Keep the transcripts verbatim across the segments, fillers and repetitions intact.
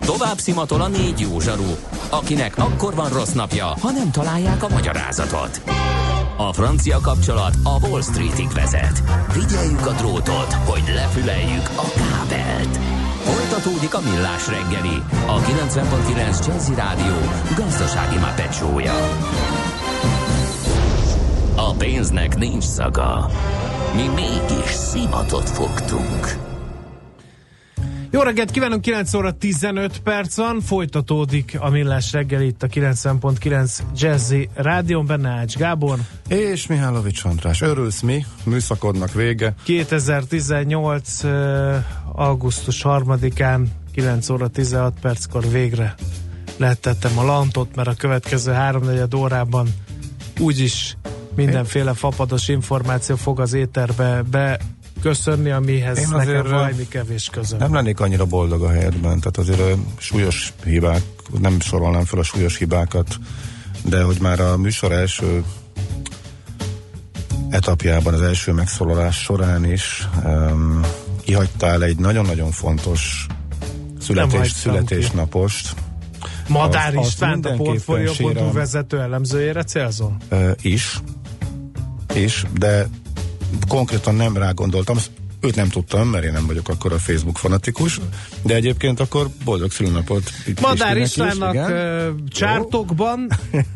Tovább szimatol a négy jó zsaru, akinek akkor van rossz napja, ha nem találják a magyarázatot. A francia kapcsolat a Wall Streetig vezet. Figyeljük a drótot, hogy lefüleljük a kábelt. Folytatódik a Millás reggeli, a kilencven pont kilenc Jazzy Rádió gazdasági mápecsója. A pénznek nincs szaga. Mi mégis szimatot fogtunk. Jó reggelt kívánunk, kilenc óra tizenöt perc van, folytatódik a Millás reggeli itt a kilencven pont kilenc Jazzy Rádión, benne Ács Gábor. És Mihálovics András. Örülsz mi? Műszakodnak vége. kétezer-tizennyolc. Uh, augusztus harmadikán kilenc óra tizenhat perckor végre letettem a lantot, mert a következő háromnegyed órában úgyis mindenféle fapados információ fog az éterbe be köszönni, amihez én nekem valami kevés közöm. Nem lennék annyira boldog a helyetben, tehát azért a súlyos hibák, nem sorolnám fel a súlyos hibákat, de hogy már a műsor első etapjában, az első megszólalás során is um, kihagytál egy nagyon-nagyon fontos születés, születésnapost. Madár Istvánt, a Portfolio.hu vezető elemzőjére célzol? Uh, is, is, de konkrétan nem rá gondoltam, őt nem tudtam, mert én nem vagyok akkor a Facebook fanatikus, de egyébként akkor boldog szülőnapot Madár Istvánnak csártokban,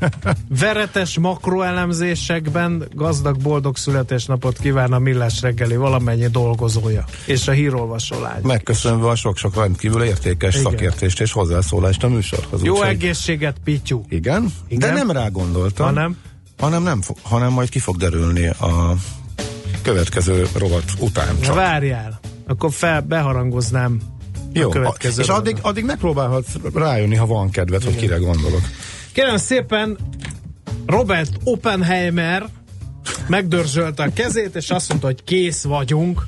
veretes makroelemzésekben gazdag boldog születésnapot kíván a Millás reggeli valamennyi dolgozója, és a hírolvasó lány. Megköszönve a sok-sok rendkívül értékes igen. szakértést és hozzászólást a műsorhoz. Jó úgy, egészséget, Pityu! Igen? igen, de nem rá gondoltam, hanem, hanem, nem fog, hanem majd ki fog derülni a következő rovat után csak. Na várjál, akkor fel, beharangoznám jó, a következő a, és addig, addig megpróbálhatsz rájönni, ha van kedved, igen. hogy kire gondolok. Kérem szépen, Robert Oppenheimer megdörzsölte a kezét, és azt mondta, hogy kész vagyunk.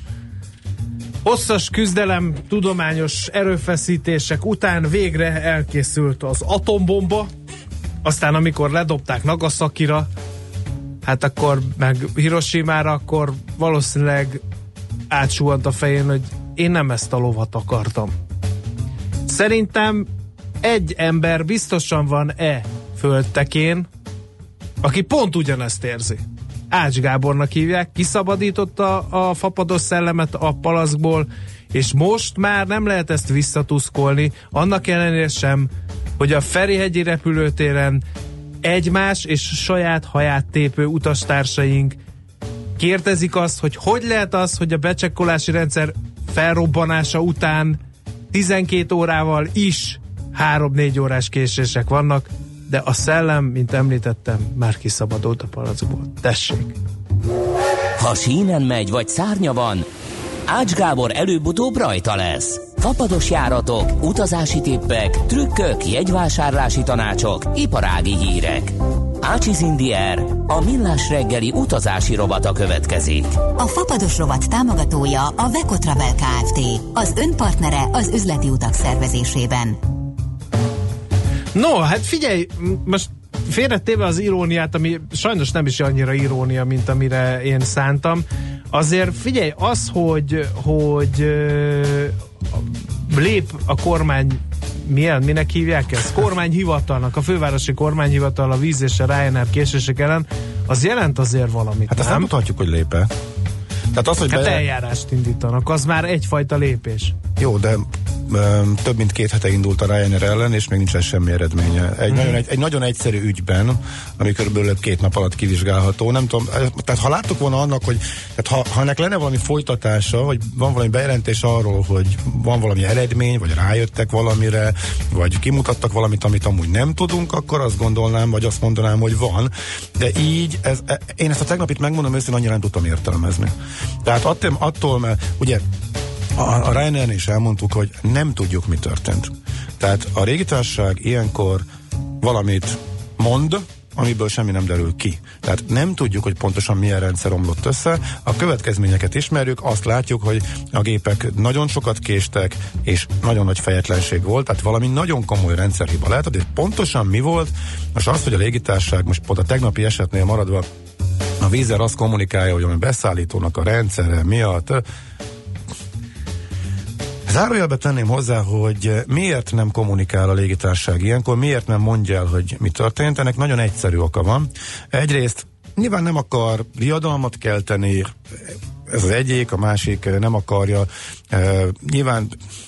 Hosszas küzdelem, tudományos erőfeszítések után végre elkészült az atombomba, aztán amikor ledobták Nagasakira, hát akkor meg Hiroshimára, akkor valószínűleg átsúvant a fején, hogy én nem ezt a lovat akartam. Szerintem egy ember biztosan van-e földtekén, aki pont ugyanezt érzi. Ács Gábornak hívják, kiszabadította a fapados szellemet a palaszkból, és most már nem lehet ezt visszatuszkolni, annak ellenére sem, hogy a Ferihegyi repülőtéren egymás és saját haját tépő utastársaink kérdezik azt, hogy hogy lehet az, hogy a becsekkolási rendszer felrobbanása után tizenkét órával is három-négy órás késések vannak, de a szellem, mint említettem, már kiszabadult a palackból. Tessék! Ha sínen megy, vagy szárnya van, Ács Gábor előbb-utóbb rajta lesz. Fapados járatok, utazási tippek, trükkök, jegyvásárlási tanácsok, iparági hírek. Ácsiz in the Air, a Millás reggeli utazási rovata következik. A Fapados rovat támogatója a Veco Travel Kft. Az önpartnere az üzleti utak szervezésében. No, hát figyelj, most félretéve az iróniát, ami sajnos nem is annyira irónia, mint amire én szántam, azért figyelj, az, hogy, hogy ö, lép a kormány, milyen, minek hívják ezt? Kormányhivatalnak, a fővárosi kormányhivatal a víz és a Ryanair késések ellen, az jelent azért valamit, hát nem? azt nem tudhatjuk, hogy lép-e. Tehát az, hogy hát be... eljárást indítanak, az már egyfajta lépés. Jó, de um, több mint két hete indult a Ryanair ellen, és még nincsen semmi eredménye. Egy, mm. nagyon, egy, egy nagyon egyszerű ügyben, ami körülbelül két nap alatt kivizsgálható, nem tudom, tehát ha láttuk volna annak, hogy tehát ha, ha ennek lenne valami folytatása, vagy van valami bejelentés arról, hogy van valami eredmény, vagy rájöttek valamire, vagy kimutattak valamit, amit amúgy nem tudunk, akkor azt gondolnám, vagy azt mondanám, hogy van, de így, ez, én ezt a tegnapit megmondom őszintén, annyira nem tudtam értelmezni. Tehát attól, attól mert ugye a, a Ryanair-nél is elmondtuk, hogy nem tudjuk, mi történt. Tehát a légitársaság ilyenkor valamit mond, amiből semmi nem derül ki. Tehát nem tudjuk, hogy pontosan milyen rendszer omlott össze. A következményeket ismerjük, azt látjuk, hogy a gépek nagyon sokat késtek, és nagyon nagy fejetlenség volt, tehát valami nagyon komoly rendszerhiba lehet, de pontosan mi volt, most az, hogy a légitársaság, most pont a tegnapi esetnél maradva, a Wizz Air azt kommunikálja, hogy a beszállítónak a rendszere miatt Zárójelbe tenném hozzá, hogy miért nem kommunikál a légitársaság ilyenkor, miért nem mondja el, hogy mi történt. Ennek nagyon egyszerű oka van. Egyrészt nyilván nem akar riadalmat kelteni, ez az egyik, a másik nem akarja. Uh, nyilván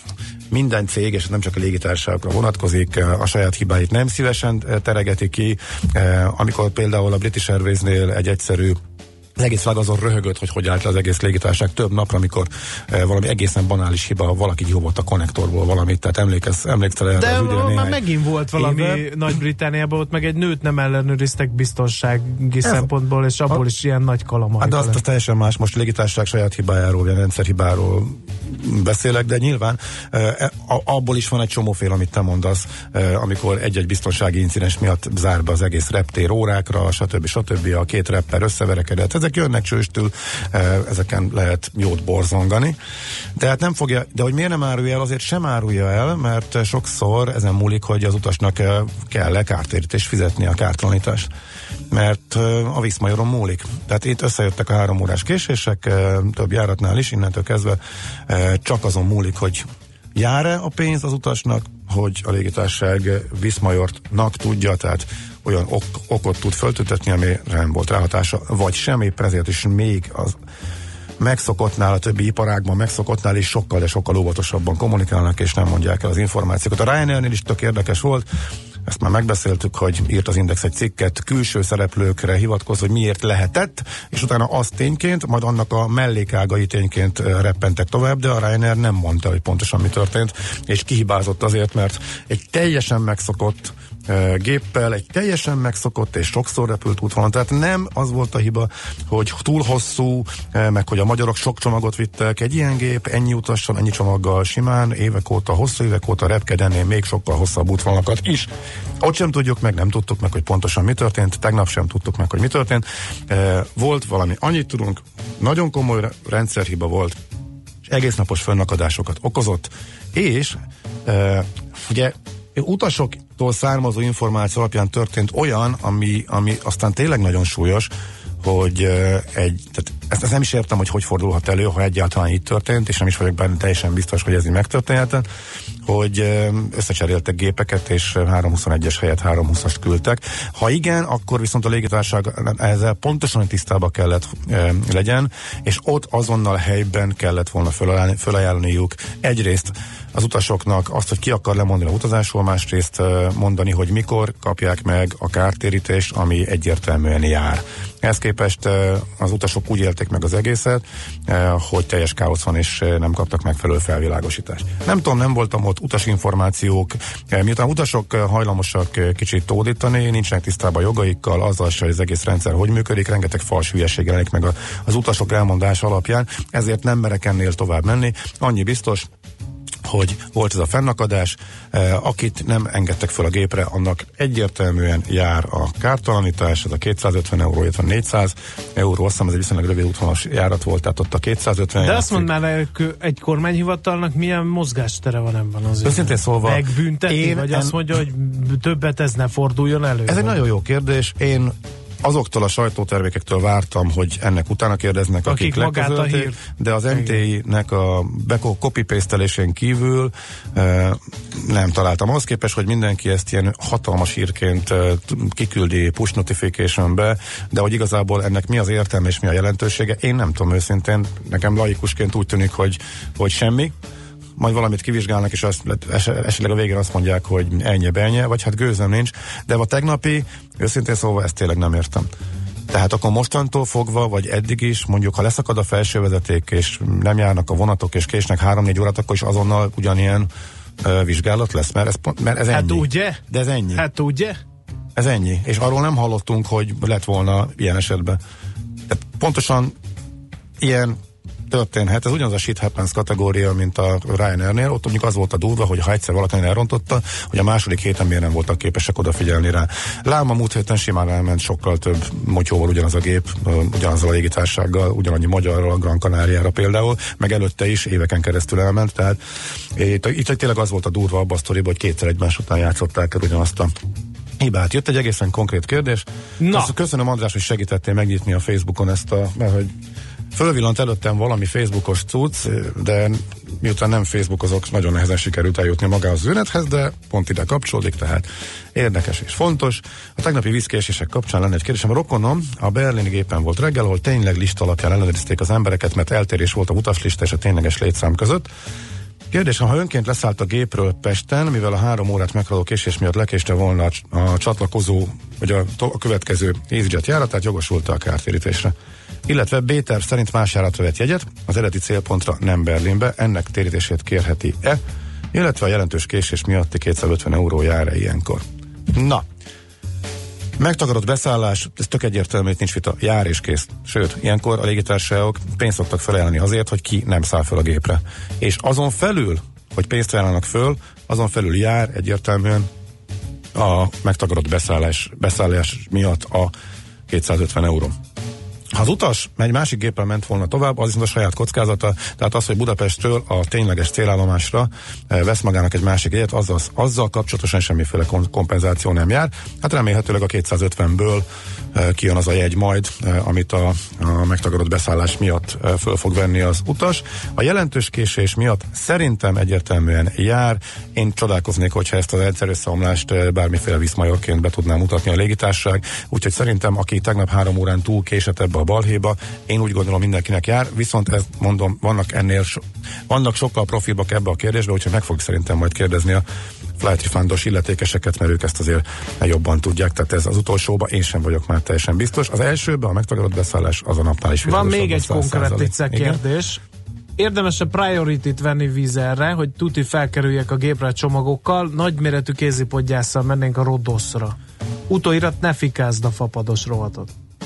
minden cég, és nem csak a légitársaságokra vonatkozik, a saját hibáit nem szívesen teregeti ki. Uh, amikor például a British Airwaysnél egy egyszerű az egész világ azon röhögött, hogy hogy állt le az egész légitársaság több napra, amikor e, valami egészen banális hiba, valaki kihúzott a konnektorból valamit, tehát emlékez, emlékszel erre de az ügyre néhány. már megint volt valami éve. Nagy-Britanniában, ott meg egy nőt nem ellenőriztek biztonsági Ez szempontból, és abból a, is ilyen nagy kalamajka. Hát de azt, azt teljesen más, most a légitársaság saját hibájáról, vagy a rendszerhibáról beszélek, de nyilván e, a, abból is van egy csomóféle, amit te mondasz, e, amikor egy-egy biztonsági incidens miatt zár be az egész reptér órákra, stb. stb. A két repper összeverekedett. Ezek jönnek csőstül, ezeken lehet jót borzongani. De hát nem fogja, de hogy miért nem árulja el, azért sem árulja el, mert sokszor ezen múlik, hogy az utasnak kell-e kártérítést fizetni a kártalanítást. Mert a Viszmajoron múlik. Tehát itt összejöttek a három órás késések, több járatnál is, innentől kezdve csak azon múlik, hogy jár-e a pénz az utasnak, hogy a légitársaság Viszmajortnak tudja, tehát olyan ok, okot tud föltüntetni, amire nem volt ráhatása, vagy sem, éppen ezért is még az megszokottnál, a többi iparágban megszokottnál is sokkal, de sokkal óvatosabban kommunikálnak, és nem mondják el az információkat. A Ryanairnél is tök érdekes volt, ezt már megbeszéltük, hogy írt az Index egy cikket külső szereplőkre hivatkozva, hogy miért lehetett, és utána az tényként, majd annak a mellékágai tényként reppentek tovább, de a Ryanair nem mondta, hogy pontosan mi történt, és kihibázott azért, mert egy teljesen megszokott uh, géppel, egy teljesen megszokott és sokszor repült útvonalon, tehát nem az volt a hiba, hogy túl hosszú, uh, meg hogy a magyarok sok csomagot vittek, egy ilyen gép, ennyi utassal, ennyi csomaggal simán, évek óta, hosszú évek óta repked ennél még sokkal hosszabb útvonalakat is. Ott sem tudjuk meg, nem tudtuk meg, hogy pontosan mi történt, tegnap sem tudtuk meg, hogy mi történt. E, volt valami, annyit tudunk, nagyon komoly rendszerhiba volt, és egész napos fönnakadásokat okozott, és e, ugye utasoktól származó információ alapján történt olyan, ami, ami aztán tényleg nagyon súlyos, hogy egy, tehát ezt, ezt nem is értem, hogy hogy fordulhat elő, ha egyáltalán így történt, és nem is vagyok benne teljesen biztos, hogy ez így megtörténhetett, hogy összecseréltek gépeket, és háromszázhuszonegyes helyett háromszázhúszast küldtek. Ha igen, akkor viszont a légitársaság ezzel pontosan tisztában kellett e, legyen, és ott azonnal helyben kellett volna fölajánlaniuk egyrészt az utasoknak azt, hogy ki akar lemondani a utazásról, másrészt mondani, hogy mikor kapják meg a kártérítést, ami egyértelműen jár. Ehhez képest az utasok úgy élték meg az egészet, hogy teljes káosz van, és nem kaptak megfelelő felvilágosítást. Nem tudom, nem voltam ott, utasinformációk, miután utasok hajlamosak kicsit tódítani, nincsenek tisztában jogaikkal, azzal se, hogy az egész rendszer hogy működik, rengeteg fals hülyeség jelenik meg az utasok elmondása alapján, ezért nem merek ennél tovább menni. Annyi biztos, hogy volt ez a fennakadás, eh, akit nem engedtek fel a gépre, annak egyértelműen jár a kártalanítás, ez a kétszázötven euró, illetve négyszáz euró, azt hiszem ez egy viszonylag rövid útvonalas járat volt, tehát ott a kétszázötven. De azt mondd már, egy kormányhivatalnak milyen mozgástere van ebben az őszintén szólva, megbünteti, én vagy en... azt mondja, hogy többet ez ne forduljon elő? Ez egy nagyon jó kérdés, én azoktól a sajtótermékektől vártam, hogy ennek utána kérdeznek, akik, akik leközölték, de az em té i-nek a copy-paste-telésén kívül e, nem találtam. Ahhoz képest, hogy mindenki ezt ilyen hatalmas hírként e, kiküldi push notification-be, de hogy igazából ennek mi az értelme és mi a jelentősége, én nem tudom őszintén, nekem laikusként úgy tűnik, hogy, hogy semmi, majd valamit kivizsgálnak, és azt, esetleg a végén azt mondják, hogy ennyi benye, vagy hát gőzöm nincs, de a tegnapi, őszintén szóval ezt tényleg nem értem. Tehát akkor mostantól fogva, vagy eddig is, mondjuk, ha leszakad a felsővezeték, és nem járnak a vonatok, és késnek három-négy órát, akkor is azonnal ugyanilyen uh, vizsgálat lesz, mert ez, mert ez ennyi. Hát ugye? De ez ennyi. Hát ugye? Ez ennyi. És arról nem hallottunk, hogy lett volna ilyen esetben. Tehát pontosan ilyen történhet. Ez ugyanaz a shit happens kategória, mint a Ryanairnél. Ott mondjuk az volt a durva, hogy ha egyszer valaki elrontotta, hogy a második héten miért nem voltak képesek odafigyelni rá. Lám a múlt héten simán elment sokkal több motyóval ugyanaz a gép, ugyanazzal a légitársággal, ugyanannyi magyarral, a Gran Canariára például, meg előtte is éveken keresztül elment. Tehát itt, itt tényleg az volt a durva abban a sztoriban, hogy kétszer egymás után játszották el ugyanazt a hibát. Jött egy egészen konkrét kérdés. Na. Köszönöm, András, hogy segítettél megnyitni a Facebookon ezt a, mert hogy fölvillant előttem valami Facebookos cucc, de miután nem Facebookozok, nagyon nehezen sikerült eljutni magához az üzenethez, de pont ide kapcsolódik, tehát érdekes és fontos. A tegnapi vízkiesések kapcsán lenne egy kérdésem. A rokonom a berlini gépen volt reggel, ahol tényleg lista alapján ellenőrizték az embereket, mert eltérés volt a utaslista és a tényleges létszám között. Kérdésem, ha önként leszállt a gépről Pesten, mivel a három órát meghaladó késés miatt lekéste volna a, a csatlakozó, vagy a, a következő EasyJet járatát, jogosult-e a kártérítésre? Illetve B-terv szerint más járatra vett jegyet, az eredeti célpontra nem Berlinbe, ennek térítését kérheti-e? Illetve a jelentős késés miatti kétszázötven euró jár-e ilyenkor? Na, megtagadott beszállás, ez tök egyértelmű, hogy nincs vita, jár és kész. Sőt, ilyenkor a légitársaságok pénzt szoktak felajánlani azért, hogy ki nem száll fel a gépre. És azon felül, hogy pénzt ajánlanak föl, azon felül jár egyértelműen a megtagadott beszállás, beszállás miatt a kétszázötven euró. Ha az utas egy másik géppel ment volna tovább, az viszont a saját kockázata, tehát az, hogy Budapesttől a tényleges célállomásra vesz magának egy másik jegyet, azzal, azzal kapcsolatosan semmiféle kompenzáció nem jár. Hát remélhetőleg a kétszázötvenből kijön az a jegy majd, amit a, a megtagadott beszállás miatt föl fog venni az utas. A jelentős késés miatt szerintem egyértelműen jár. Én csodálkoznék, hogyha ezt az egyszer összeomlást bármiféle viszmajorként be tudná mutatni a légitársaság. Úgyhogy szerintem, aki tegnap három órán túl késett ebbe a balhéba, én úgy gondolom mindenkinek jár, viszont ezt mondom, vannak ennél so, vannak sokkal profilbak ebbe a kérdésbe, úgyhogy meg fogjuk szerintem majd kérdezni a Flight Refundos illetékeseket, mert ők ezt azért jobban tudják, tehát ez az utolsóban én sem vagyok már teljesen biztos. Az elsőben a megtagadott beszállás az a napnál is van még egy konkrét kérdés. Érdemes-e priority-t venni vízerre, hogy tuti felkerüljek a gépre a csomagokkal, nagyméretű kézipodgyásszal mennénk a Rodoszra. Utóirat, ne fikázd a fapados rovatot.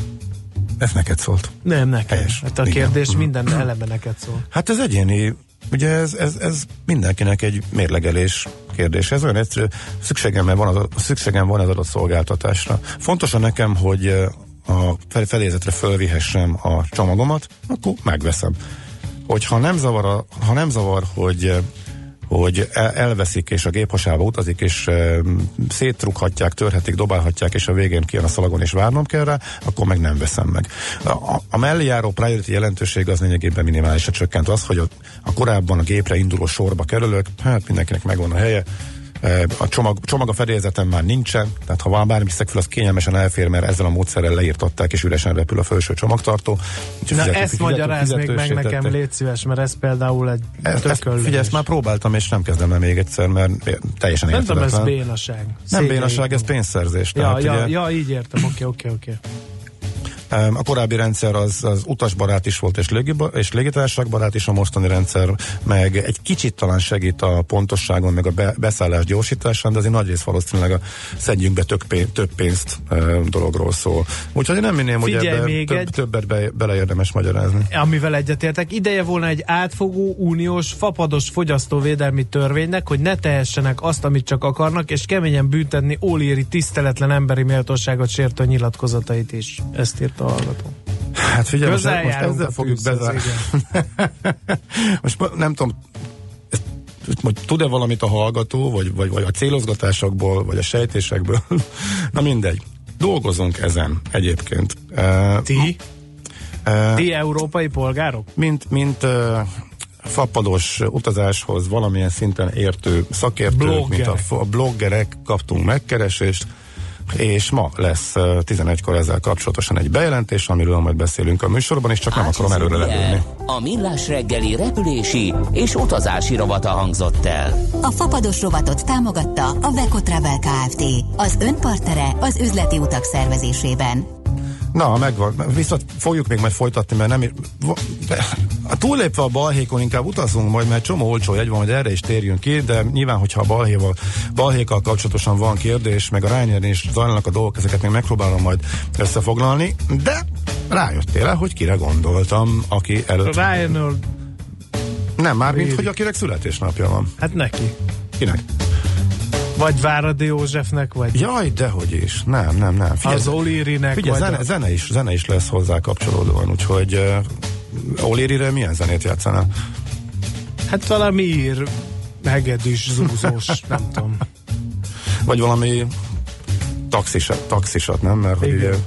Ez neked szólt. Nem, nekem. Helyes. Hát a kérdés igen. Minden eleve neked szól. Hát ez egyéni, ugye ez, ez, ez mindenkinek egy mérlegelés kérdés. Ez olyan egyszerű, szükségem van, az, szükségem van az adott szolgáltatásra. Fontos nekem, hogy a felézetre fölvihessem a csomagomat, akkor megveszem. Hogyha nem zavar, a, ha nem zavar, hogy hogy elveszik, és a géphasába utazik, és e, szétrughatják, törhetik, dobálhatják, és a végén kijön a szalagon, és várnom kell rá, akkor meg nem veszem meg. A, a mellé járó priority jelentőség az lényegében minimálisra csökkent. Az, hogy a, a korábban a gépre induló sorba kerülök, hát mindenkinek megvan a helye, a csomag, csomag a fedélzeten már nincsen, tehát ha van bármi szeg fel, az kényelmesen elfér, mert ezzel a módszerrel leírtották, és üresen repül a felső csomagtartó. Na fizető, ezt magyarázd még meg nekem, légy szíves, mert ez például egy tököllés. Figyelj, ezt már próbáltam, és nem kezdem el még egyszer, mert teljesen nem értetlen. Nem tudom, ez bénaság. Nem bénaság, ez pénzszerzés. Ja, tehát, ja, ugye, ja, így értem, oké, oké, oké. A korábbi rendszer az, az utasbarát is volt, és, légi, és légitársaságbarát is, a mostani rendszer meg egy kicsit talán segít a pontosságon, meg a be, beszállás gyorsításán, de azért nagy rész valószínűleg a szedjünk be több, pénzt, több pénzt e, dologról szól. Úgyhogy én nem minném, hogy ebbe több, egy... többet be, bele érdemes magyarázni. Amivel egyetértek, ideje volna egy átfogó, uniós, fapados fogyasztóvédelmi törvénynek, hogy ne tehessenek azt, amit csak akarnak, és keményen büntetni Óliéri tiszteletlen emberi méltóságot sértő nyilatkozatait is. Ezt írt a hallgató. Hát figyelj, most, most ezzel fogjuk bezárni. Most nem tudom, ezt, hogy tud-e valamit a hallgató, vagy, vagy, vagy a célozgatásokból, vagy a sejtésekből. Na mindegy. Dolgozunk ezen egyébként. Ti? Uh, Ti európai polgárok? Mint, mint uh, fapados utazáshoz valamilyen szinten értő szakértők, bloggerek. mint a, a bloggerek kaptunk megkeresést, és ma lesz uh, tizenegykor ezzel kapcsolatosan egy bejelentés, amiről majd beszélünk a műsorban, és csak nem akarom előre lelőni. A Millás reggeli repülési és utazási rovata hangzott el. A fapados rovatot támogatta a Veco Travel Kft. Az önpartnere az üzleti utak szervezésében. Na, megvan. Viszont fogjuk még majd folytatni, mert nem... A túllépve a balhékon inkább utazunk majd, mert csomó olcsó jegy van, hogy erre is térjünk ki, de nyilván, hogyha a balhéval, balhékkal kapcsolatosan van kérdés, meg a Ryanair is zajlanak a dolgok, ezeket még megpróbálom majd összefoglalni, de rájöttél-e, hogy kire gondoltam, aki előtt... Ryanair... Nem, mármint, hogy akinek születésnapja van. Hát neki. Kinek? Vagy Váradi Józsefnek, vagy... Jaj, dehogy is. Nem, nem, nem. Figyelj, az O'Learynek, figyelj, zene, a... zene, is, zene is lesz hozzá kapcsolódóan, úgyhogy uh, O'Learyre milyen zenét játszanál? Hát valami ír, hegedűs, zúzós, nem tudom. Vagy valami taxisat, taxisat nem? Mert hogy ugye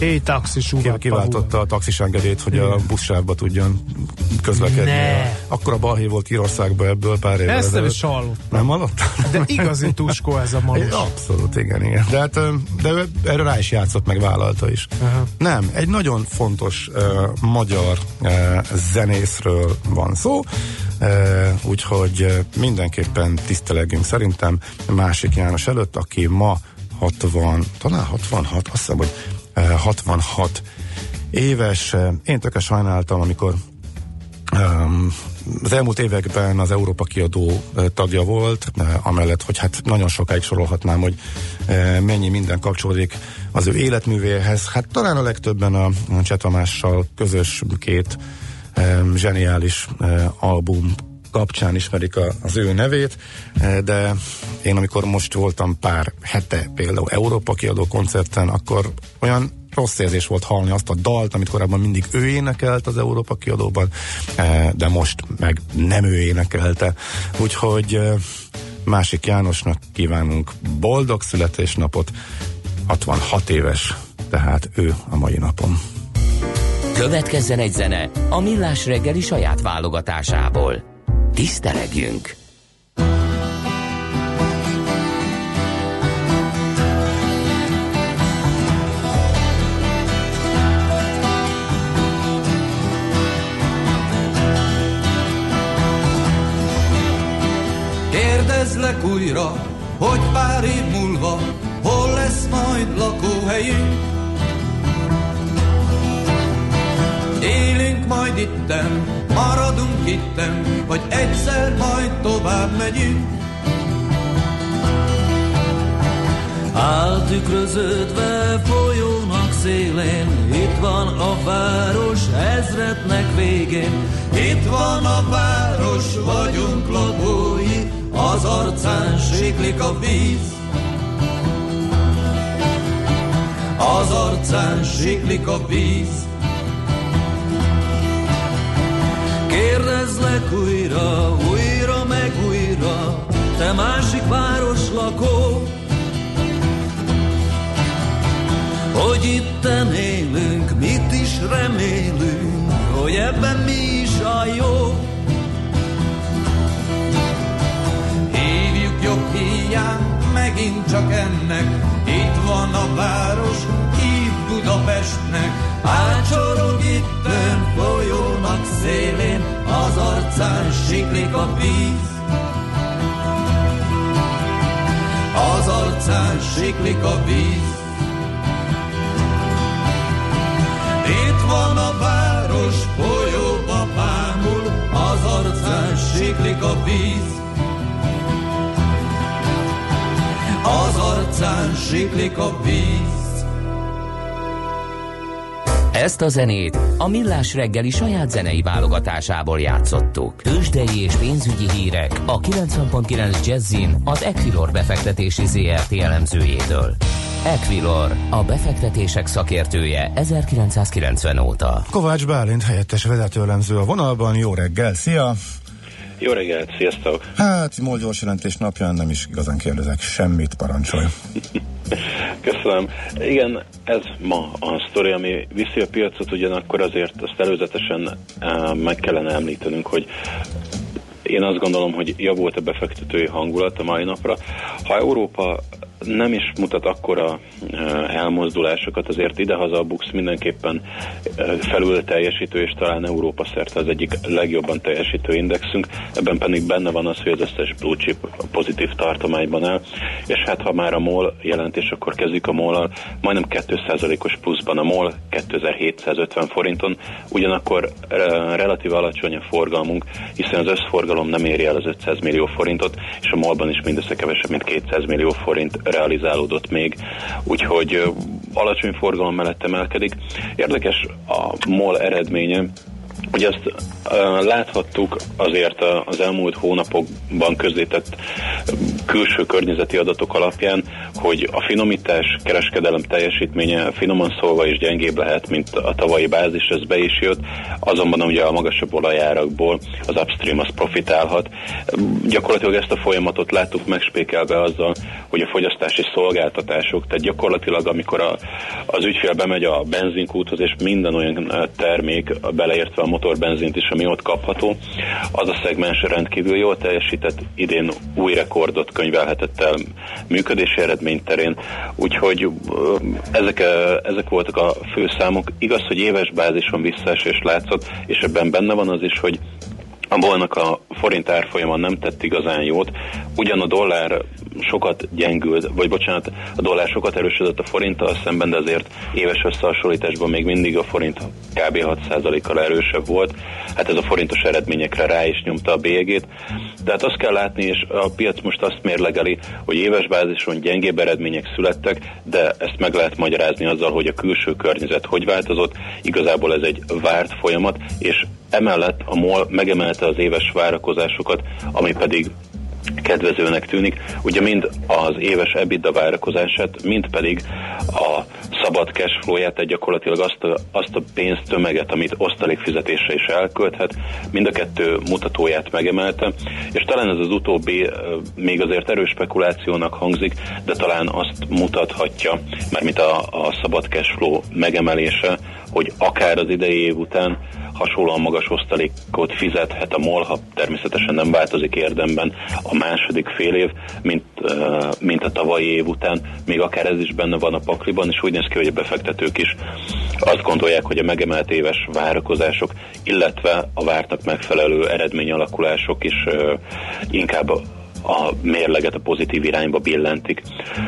Éj-taxis ugat. Kiváltotta a taxis engedélyt, hogy igen. a buszsávba tudjon közlekedni. Ne. Akkor a balhé volt Írországban ebből pár évvel. Ezt nem is hallottam. Nem hallottam? De igazi tuskó ez a malus. Abszolút, igen, igen. De, hát, de erre rá is játszott, meg vállalta is. Uh-huh. Nem, egy nagyon fontos uh, magyar uh, zenészről van szó, uh, úgyhogy uh, mindenképpen tisztelegjünk szerintem Másik János előtt, aki ma hatvan, talán hatvanhat, azt hiszem, hogy uh, hatvanhat éves. Én tökre sajnáltam, amikor um, az elmúlt években az Európa Kiadó tagja volt, amellett, hogy hát nagyon sokáig sorolhatnám, hogy mennyi minden kapcsolódik az ő életművéhez. Hát talán a legtöbben a Cseh Tamással közös két zseniális album kapcsán ismerik a, az ő nevét, de én amikor most voltam pár hete például Európa Kiadó koncerten, akkor olyan rossz érzés volt hallani azt a dalt, amit korábban mindig ő énekelt az Európa Kiadóban, de most meg nem ő énekelte. Úgyhogy Másik Jánosnak kívánunk boldog születésnapot, hatvanhat éves, tehát ő a mai napon. Következzen egy zene a Millás reggeli saját válogatásából. Tisztelegjünk! Kérdezlek újra, hogy pár év múlva hol lesz majd lakóhelyünk. Élünk majd itten, maradunk itten, vagy egyszer majd tovább megyünk. Áltükröződve folyónak szélén, itt van a város ezrednek végén. Itt van a város, vagyunk lakói, az arcán siklik a víz. Az arcán siklik a víz. Kérdezlek újra, újra meg újra, te másik város lakó, hogy itten élünk, mit is remélünk, hogy ebben mi is a jó. Hívjuk jobb híján, megint csak ennek, itt van a város, hív Budapestnek. Átsorog itten folyónak szélén, az arcán siklik a víz. Az arcán siklik a víz. Itt van a város, folyóba bámul, az arcán siklik a víz. Az arcán siklik a víz. Ezt a zenét a Millás reggeli saját zenei válogatásából játszottuk. Tőzsdei és pénzügyi hírek a kilencven pont kilenc Jazzin az Equilor befektetési zé er té elemzőjétől. Equilor, a befektetések szakértője ezerkilencszázkilencven óta. Kovács Bálint helyettes vezetőelemző a vonalban. Jó reggel, szia! Jó reggelt, sziasztok! Hát, MOL gyors jelentés napján nem is igazán kérdezek semmit, parancsolj! Köszönöm. Igen, ez ma a sztori, ami viszi a piacot, ugyanakkor azért azt előzetesen uh, meg kellene említenünk, hogy én azt gondolom, hogy javult a befektetői hangulat a mai napra. Ha Európa nem is mutat akkora elmozdulásokat, azért idehaza a BUX mindenképpen felül teljesítő, és talán Európa szerte az egyik legjobban teljesítő indexünk, ebben pedig benne van az, hogy az összes blue chip pozitív tartományban áll, és hát ha már a MOL jelentés, akkor kezdjük a MOL-al, majdnem két százalékos pluszban a MOL kétezer-hétszázötven forinton, ugyanakkor relatív alacsony a forgalmunk, hiszen az összforgalom nem éri el az ötszáz millió forintot, és a MOL-ban is mindössze kevesebb, mint kétszáz millió forint realizálódott még, úgyhogy uh, alacsony forgalom mellett emelkedik. Érdekes a MOL eredménye, Ugye ezt uh, láthattuk azért az elmúlt hónapokban közzétett külső környezeti adatok alapján, hogy a finomítás kereskedelem teljesítménye finoman szólva is gyengébb lehet, mint a tavalyi bázis, ez be is jött, azonban ugye a magasabb olajárakból az upstream az profitálhat. Gyakorlatilag ezt a folyamatot láttuk megspékelve azzal, hogy a fogyasztási szolgáltatások, tehát gyakorlatilag amikor a, az ügyfél bemegy a benzinkúthoz, és minden olyan termék, beleértve a motorbenzint is, ami ott kapható, az a szegmens rendkívül jól teljesített, idén új rekordot könyvelhetett el működési eredmény terén, úgyhogy ezek, ezek voltak a fő számok. Igaz, hogy éves bázison visszaesés látszott, és ebben benne van az is, hogy a bolnak a forint árfolyama nem tett igazán jót, ugyan a dollár sokat gyengült, vagy bocsánat, a dollár sokat erősödött a forinttal szemben, de azért éves összehasonlításban még mindig a forint kb. hat százalékkal erősebb volt. Hát ez a forintos eredményekre rá is nyomta a bélyegét. Tehát azt kell látni, és a piac most azt mérlegeli, hogy éves bázison gyengébb eredmények születtek, de ezt meg lehet magyarázni azzal, hogy a külső környezet hogy változott. Igazából ez egy várt folyamat, és emellett a MOL megemelte az éves várakozásokat, ami pedig kedvezőnek tűnik. Ugye mind az éves EBITDA várakozását, mind pedig a szabad cashflow-ját, tehát gyakorlatilag azt a, azt a pénztömeget, amit osztalékfizetésre is elkölthet, mind a kettő mutatóját megemelte, és talán ez az utóbbi még azért erős spekulációnak hangzik, de talán azt mutathatja, mármint a, a szabad cashflow megemelése, hogy akár az idei év után hasonlóan magas osztalékot fizethet a MOL, ha természetesen nem változik érdemben a második fél év, mint, mint a tavalyi év után. Még akár ez is benne van a pakliban, és úgy néz ki, hogy a befektetők is azt gondolják, hogy a megemelt éves várakozások, illetve a vártnak megfelelő eredményalakulások is inkább a mérleget a pozitív irányba billentik.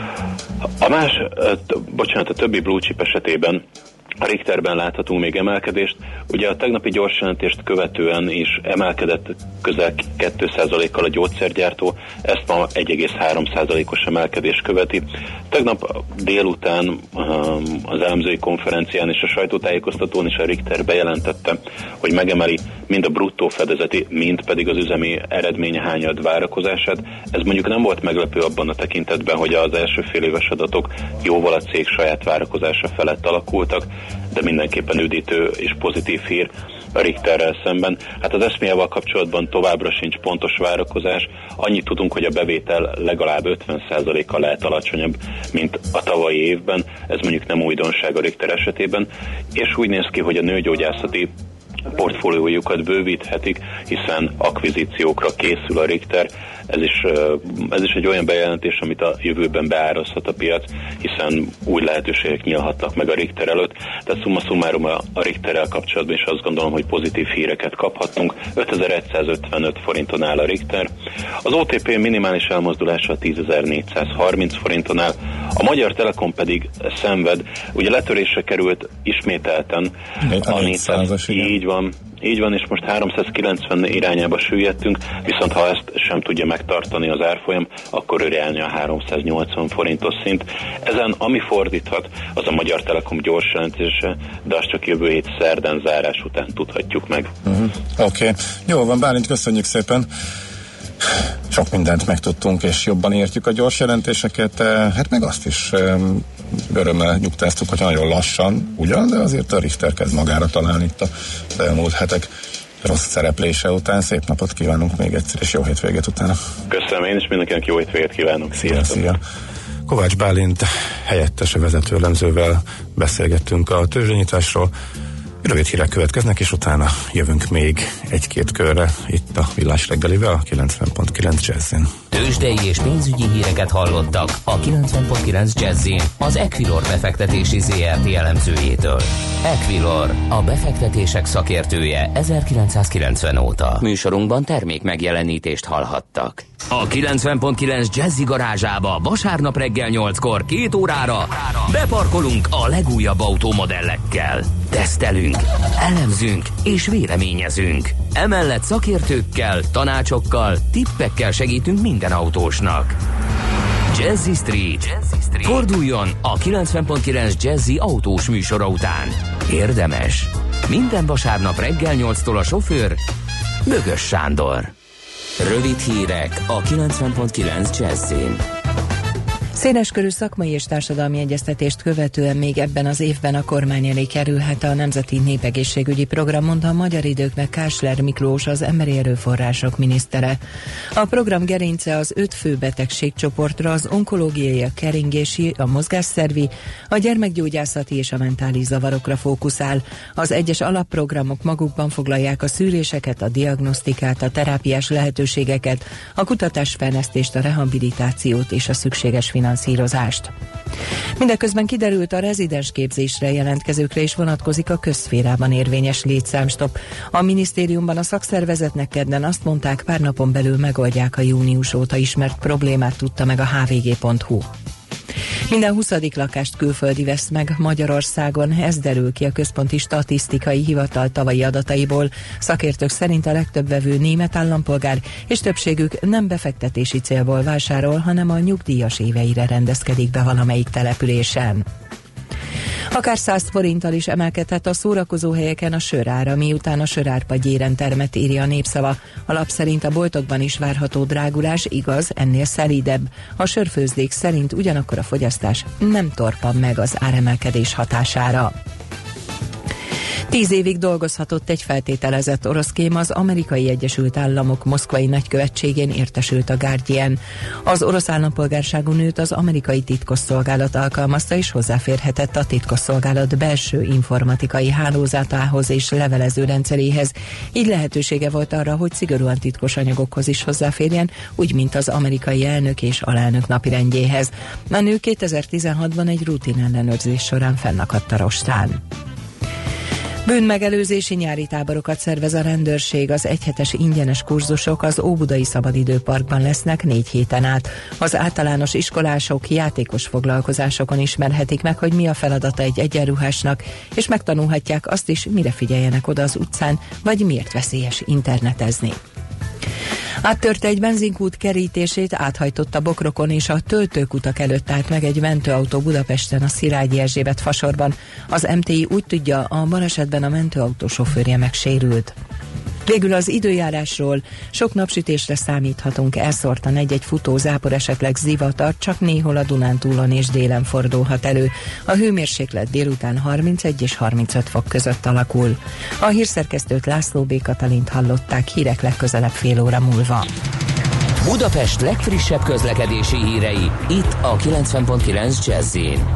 A más, bocsánat, a többi blue chip esetében a Richterben láthatunk még emelkedést. Ugye a tegnapi gyors jelentést követően is emelkedett közel két százalékkal a gyógyszergyártó, ezt ma egy egész három százalékos emelkedés követi. Tegnap délután az elemzői konferencián és a sajtótájékoztatón is a Richter bejelentette, hogy megemeli mind a bruttó fedezeti, mind pedig az üzemi eredményhányad várakozását. Ez mondjuk nem volt meglepő abban a tekintetben, hogy az első fél éves adatok jóval a cég saját várakozása felett alakultak, de mindenképpen üdítő és pozitív hír a Richterrel szemben. Hát az eszméjával kapcsolatban továbbra sincs pontos várakozás. Annyit tudunk, hogy a bevétel legalább ötven százalékkal lehet alacsonyabb, mint a tavalyi évben. Ez mondjuk nem újdonság a Richter esetében. És úgy néz ki, hogy a nőgyógyászati portfóliójukat bővíthetik, hiszen akvizíciókra készül a Richter. Ez is, ez is egy olyan bejelentés, amit a jövőben beárazhat a piac, hiszen új lehetőségek nyílhatnak meg a Richter előtt. Tehát summa summarum a Richterrel kapcsolatban is azt gondolom, hogy pozitív híreket kaphattunk. ötezer-egyszázötvenöt forinton áll a Richter. Az o té pé minimális elmozdulása tízezer-négyszázharminc forinton áll. A Magyar Telekom pedig szenved. Ugye letörésre került ismételten a négyszáz, így van, így van, és most háromszázkilencven irányába süllyedtünk, viszont ha ezt sem tudja megtartani az árfolyam, akkor örelni a háromszáznyolcvan forintos szint. Ezen ami fordíthat, az a Magyar Telekom gyors jelentése, de azt csak jövő hét szerdán zárás után tudhatjuk meg. Uh-huh. Oké, okay. Jó van, Bálint, köszönjük szépen. Sok mindent megtudtunk, és jobban értjük a gyors jelentéseket, hát meg azt is örömmel nyugtáztuk, hogy nagyon lassan, ugyan, de azért a Richter kezd magára találni itt az elmúlt hetek rossz szereplése után. Szép napot kívánunk még egyszer, és jó hétvégét utána. Köszönöm, én is mindenkinek jó hétvégét kívánok. Szia, szia. Kovács Bálint helyettes vezető elemzővel beszélgettünk a tőzsdenyításról. Rövid hírek következnek, és utána jövünk még egy-két körre itt a Villás reggelivel, a kilencven pont kilenc Jazzin. Tőzsdei és pénzügyi híreket hallottak a kilencven pont kilenc Jazzin az Equilor befektetési zé er té elemzőjétől. Equilor, a befektetések szakértője ezerkilencszázkilencven óta. Műsorunkban termék megjelenítést hallhattak. A kilencven pont kilenc Jazzy garázsába vasárnap reggel nyolckor két órára beparkolunk a legújabb autómodellekkel. Tesztelünk, elemzünk és véleményezünk. Emellett szakértőkkel, tanácsokkal, tippekkel segítünk minden autósnak. Jazzy Street. Jazzy Street. Forduljon a kilencven pont kilenc Jazzy autós műsora után. Érdemes. Minden vasárnap reggel nyolctól a sofőr Bögös Sándor. Rövid hírek a kilencven pont kilenc Jazzin. Széleskörű szakmai és társadalmi egyeztetést követően még ebben az évben a kormány elé kerülhet a Nemzeti Népegészségügyi Program, mondta a Magyar Időknek Kásler Miklós, az emberi erőforrások minisztere. A program gerince az öt fő betegségcsoportra, az onkológiai, a keringési, a mozgásszervi, a gyermekgyógyászati és a mentális zavarokra fókuszál. Az egyes alapprogramok magukban foglalják a szűréseket, a diagnosztikát, a terápiás lehetőségeket, a kutatásfejlesztést, a rehabilitációt és a szükséges finanszírozást. Mindeközben kiderült, a rezidens képzésre jelentkezőkre is vonatkozik a közszférában érvényes létszámstopp. A minisztériumban a szakszervezetnek kedden azt mondták, pár napon belül megoldják a június óta ismert problémát, tudta meg a há vé gé pont hú. Minden huszadik lakást külföldi vesz meg Magyarországon, ez derül ki a Központi Statisztikai Hivatal tavalyi adataiból. Szakértők szerint a legtöbb vevő német állampolgár, és többségük nem befektetési célból vásárol, hanem a nyugdíjas éveire rendezkedik be valamelyik településen. Akár száz forinttal is emelkedhet a szórakozóhelyeken a sörára, miután a sörárpa gyéren termett, írja a Népszava. A lap szerint a boltokban is várható drágulás, igaz, ennél szelídebb. A sörfőzdék szerint ugyanakkor a fogyasztás nem torpan meg az áremelkedés hatására. Tíz évig dolgozhatott egy feltételezett orosz kém az Amerikai Egyesült Államok moszkvai nagykövetségén, értesült a Guardian. Az orosz állampolgárságú nőt az amerikai titkosszolgálat alkalmazta, és hozzáférhetett a titkosszolgálat belső informatikai hálózatához és levelező rendszeréhez. Így lehetősége volt arra, hogy szigorúan titkos anyagokhoz is hozzáférjen, úgy, mint az amerikai elnök és alelnök napirendjéhez. A nő kétezer-tizenhatban egy rutin ellenőrzés során fennakadt a rostán. Bűnmegelőzési nyári táborokat szervez a rendőrség, az egyhetes ingyenes kurzusok az Óbudai Szabadidőparkban lesznek négy héten át. Az általános iskolások játékos foglalkozásokon ismerhetik meg, hogy mi a feladata egy egyenruhásnak, és megtanulhatják azt is, mire figyeljenek oda az utcán, vagy miért veszélyes internetezni. Áttörte egy benzinkút kerítését, áthajtott a bokrokon, és a töltőkutak előtt állt meg egy mentőautó Budapesten, a Szilágyi Erzsébet fasorban. Az em té i úgy tudja, a balesetben a mentőautó sofőrje megsérült. Végül az időjárásról: sok napsütésre számíthatunk, elszórtan egy-egy futó zápor, esetleg zivatar, csak néhol a Dunántúlon és délen fordulhat elő. A hőmérséklet délután harmincegy és harmincöt fok között alakul. A hírszerkesztőt, László B. Katalint hallották, hírek legközelebb fél óra múlva. Budapest legfrissebb közlekedési hírei, itt a kilencven pont kilenc Jazz-in.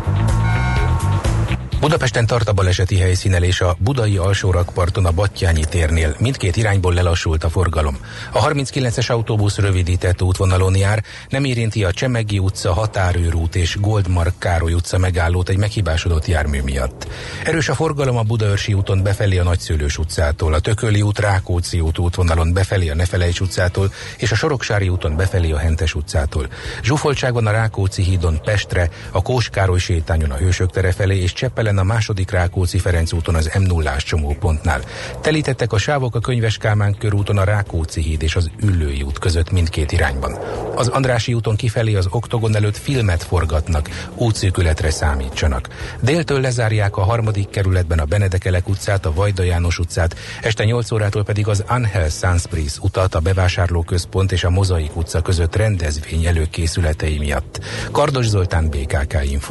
Budapesten tart a baleseti helyszínen és a budai alsórakparton a Battyányi térnél. Mindkét irányból lelassult a forgalom. A harminckilences autóbusz rövidített útvonalon jár, nem érinti a Csemegi utca, Határőrút és Goldmark Károly utca megállót egy meghibásodott jármű miatt. Erős a forgalom a Budaörsi úton befelé a Nagyszőlős utcától, a Tököli út, Rákóczi út útvonalon befelé a Nefelejts utcától és a Soroksári úton befelé a Hentes utcától. Zsúfoltság van a Rákóczi hídon Pestre, a Kós Károly sétányon a Hősök tere felé és Cseppelen a második Rákóczi-Ferenc úton az em nullás csomópontnál. Telítettek a sávok a Könyves Kálmán körúton a Rákóczi híd és az Üllői út között mindkét irányban. Az Andrássy úton kifelé az Oktogon előtt filmet forgatnak, útszűkületre számítsanak. Déltől lezárják a harmadik kerületben a Benedekelek utcát, a Vajda János utcát, este nyolc órától pedig az Angel Sanspris utat, a bevásárlóközpont és a Mozaik utca között rendezvény előkészületei miatt. Kardos Zoltán, bé ká ká Info.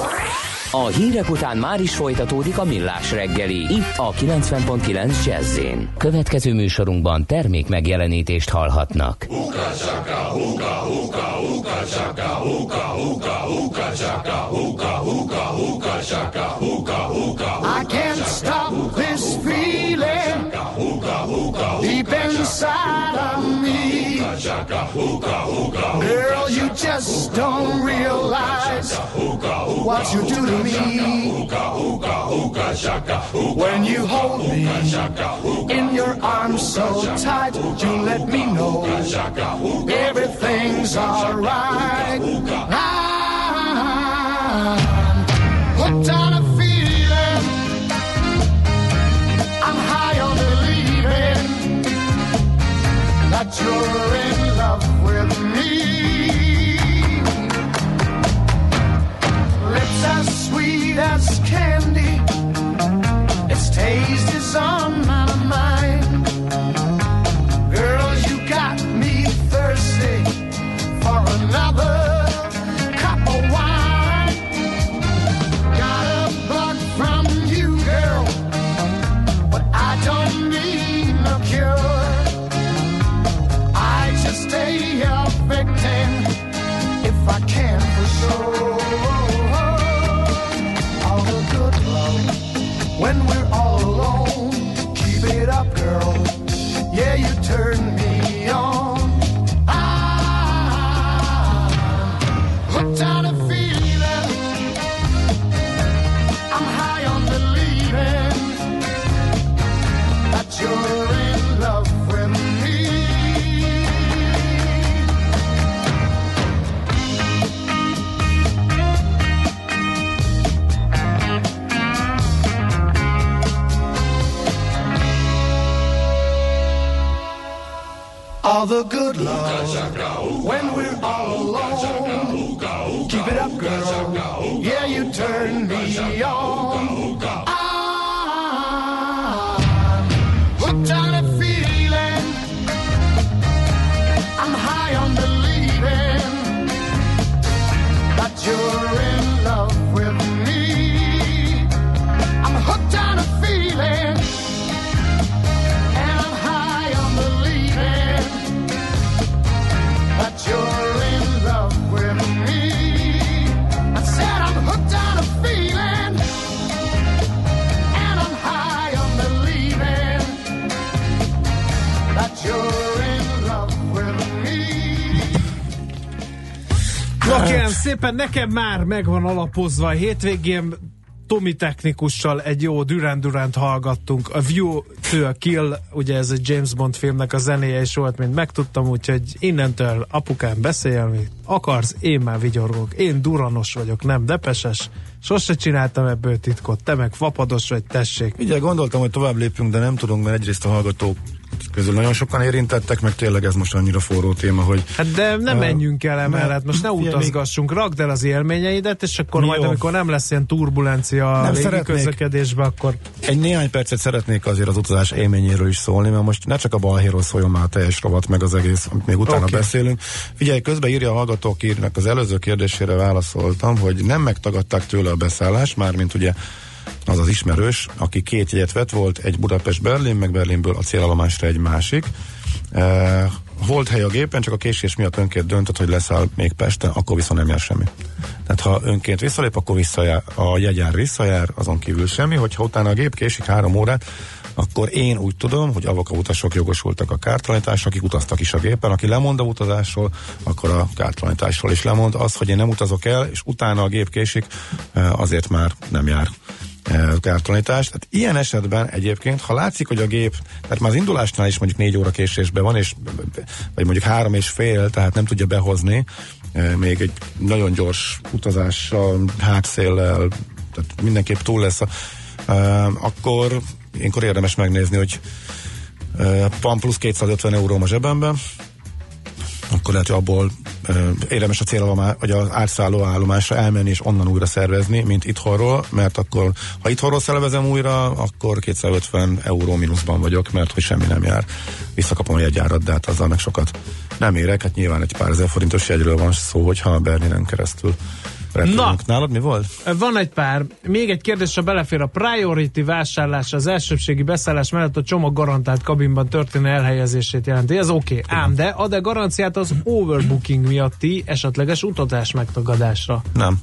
A hírek után már is folytatódik a Millás reggeli, itt a kilencven pont kilenc Jazz-én. Következő műsorunkban termék megjelenítést hallhatnak. I can't stop this feeling deep inside of me. Girl, you just don't realize what you do to me. When you hold me in your arms so tight, you let me know everything's alright. I'm hooked on a feeling, I'm high on believing that you're in love with me. Lips as sweet as candy, its taste is all the good love when we're all alone. Keep it up, girl. Yeah, you turn me on. I'm hooked on a feeling. I'm high on believing that you're in love with me. I'm hooked on a feeling. You're in love with me. I said I'm hooked on a feeling, and I'm high on believing that you're in love with me. No, kérem szépen, nekem már megvan alapozva a hétvégén. Tomi technikussal egy jó Duran Durant hallgattunk. A View to a Kill, ugye ez egy James Bond filmnek a zenéje is volt, mint megtudtam, úgyhogy innentől apukám beszélj, amit akarsz, én már vigyorgok. Én duranos vagyok, nem depeses. Sose csináltam ebből titkot, te meg fapados vagy, tessék. Ugye gondoltam, hogy tovább lépünk, de nem tudunk, mert egyrészt a hallgatók közül nagyon sokan érintettek, meg tényleg ez most annyira forró téma, hogy... Hát de ne uh, menjünk el emellett, most ne utazgassunk, rakd el az élményeidet, és akkor majd, jó, amikor nem lesz ilyen turbulencia a légiközlekedésbe, akkor... Egy néhány percet szeretnék azért az utazás élményéről is szólni, mert most ne csak a balhéról szóljon már a teljes rovat, meg az egész, amit még utána okay. beszélünk. Figyelj, közben írja a hallgatók, írnak az előző kérdésére válaszoltam, hogy nem megtagadták tőle a beszállást, mármint ugye az az ismerős, aki két jegyet vett, volt egy Budapest-Berlin, meg Berlinből a célállomásra egy másik. E, volt hely a gépen, csak a késés miatt önként döntött, hogy leszáll még Pesten, akkor viszont nem jár semmi. Tehát ha önként visszalép, akkor visszajár, a jegyár visszajár, azon kívül semmi, hogyha utána a gép késik három órát, akkor én úgy tudom, hogy avok a utasok jogosultak a kártalanításra, akik utaztak is a gépen, aki lemond a utazásról, akkor a kártalanításról is lemond. Az, hogy én nem utazok el, és utána a gép késik, azért már nem jár kártalanítás. Tehát ilyen esetben egyébként, ha látszik, hogy a gép, tehát már az indulásnál is mondjuk négy óra késésben van, és, vagy mondjuk három és fél, tehát nem tudja behozni, még egy nagyon gyors utazással, hátszéllel, tehát mindenképp túl lesz, a, akkor ilyenkor érdemes megnézni, hogy van plusz kétszázötven euróm a zsebemben, akkor lehet, hogy abból uh, érdemes a célállomás, vagy az átszálló állomásra elmenni és onnan újra szervezni, mint itthonról, mert akkor, ha itthonról szervezem újra, akkor kétszázötven euró mínuszban vagyok, mert hogy semmi nem jár. Visszakapom a jegyárat, de hát azzal meg sokat nem érek, hát nyilván egy pár ezer forintos jegyről van szó, hogyha a Berlinen keresztül repülünk. Na, nálad mi volt? Van egy pár. Még egy kérdés, ha belefér, a priority vásárlás az elsőbségi beszállás mellett a csomag garantált kabinban történő elhelyezését jelenti. Ez oké. Okay. Ám de ad-e garanciát az overbooking miatti esetleges utazás megtagadásra? Nem.